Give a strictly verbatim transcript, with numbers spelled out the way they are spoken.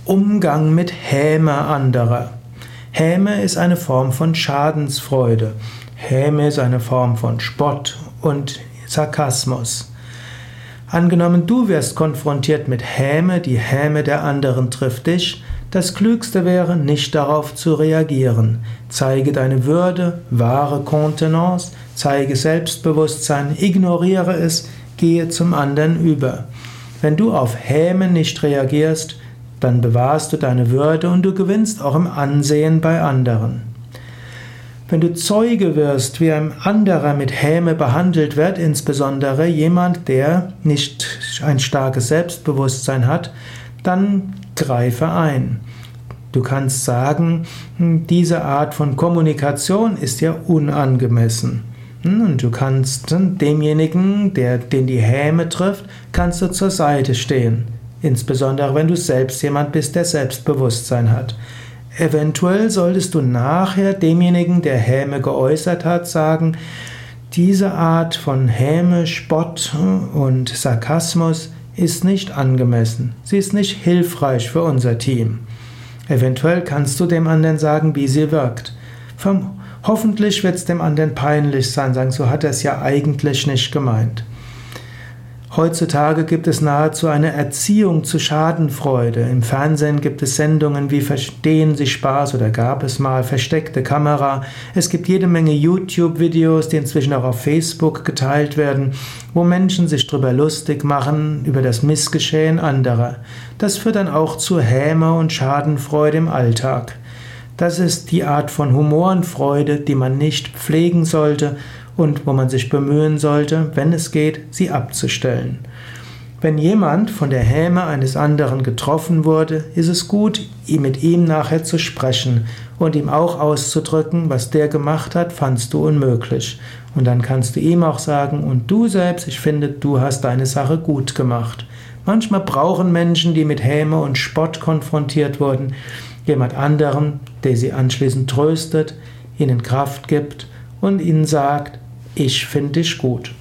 Umgang mit Häme anderer. Häme ist eine Form von Schadensfreude. Häme ist eine Form von Spott und Sarkasmus. Angenommen, du wirst konfrontiert mit Häme, die Häme der anderen trifft dich. Das Klügste wäre, nicht darauf zu reagieren. Zeige deine Würde, wahre Kontenance, zeige Selbstbewusstsein, ignoriere es, gehe zum anderen über. Wenn du auf Häme nicht reagierst, dann bewahrst du deine Würde und du gewinnst auch im Ansehen bei anderen. Wenn du Zeuge wirst, wie ein anderer mit Häme behandelt wird, insbesondere jemand, der nicht ein starkes Selbstbewusstsein hat, dann greife ein. Du kannst sagen, diese Art von Kommunikation ist ja unangemessen. Und du kannst demjenigen, der, den die Häme trifft, kannst du zur Seite stehen. Insbesondere wenn du selbst jemand bist, der Selbstbewusstsein hat. Eventuell solltest du nachher demjenigen, der Häme geäußert hat, sagen, diese Art von Häme, Spott und Sarkasmus ist nicht angemessen. Sie ist nicht hilfreich für unser Team. Eventuell kannst du dem anderen sagen, wie sie wirkt. Vom, hoffentlich wird es dem anderen peinlich sein, sagen, so hat er es ja eigentlich nicht gemeint. Heutzutage gibt es nahezu eine Erziehung zu Schadenfreude. Im Fernsehen gibt es Sendungen wie Verstehen Sie Spaß oder gab es mal Versteckte Kamera. Es gibt jede Menge YouTube-Videos, die inzwischen auch auf Facebook geteilt werden, wo Menschen sich darüber lustig machen, über das Missgeschehen anderer. Das führt dann auch zu Häme und Schadenfreude im Alltag. Das ist die Art von Humor und Freude, die man nicht pflegen sollte, und wo man sich bemühen sollte, wenn es geht, sie abzustellen. Wenn jemand von der Häme eines anderen getroffen wurde, ist es gut, mit ihm nachher zu sprechen und ihm auch auszudrücken, was der gemacht hat, fandst du unmöglich. Und dann kannst du ihm auch sagen, und du selbst, ich finde, du hast deine Sache gut gemacht. Manchmal brauchen Menschen, die mit Häme und Spott konfrontiert wurden, jemand anderen, der sie anschließend tröstet, ihnen Kraft gibt und ihnen sagt, ich finde dich gut.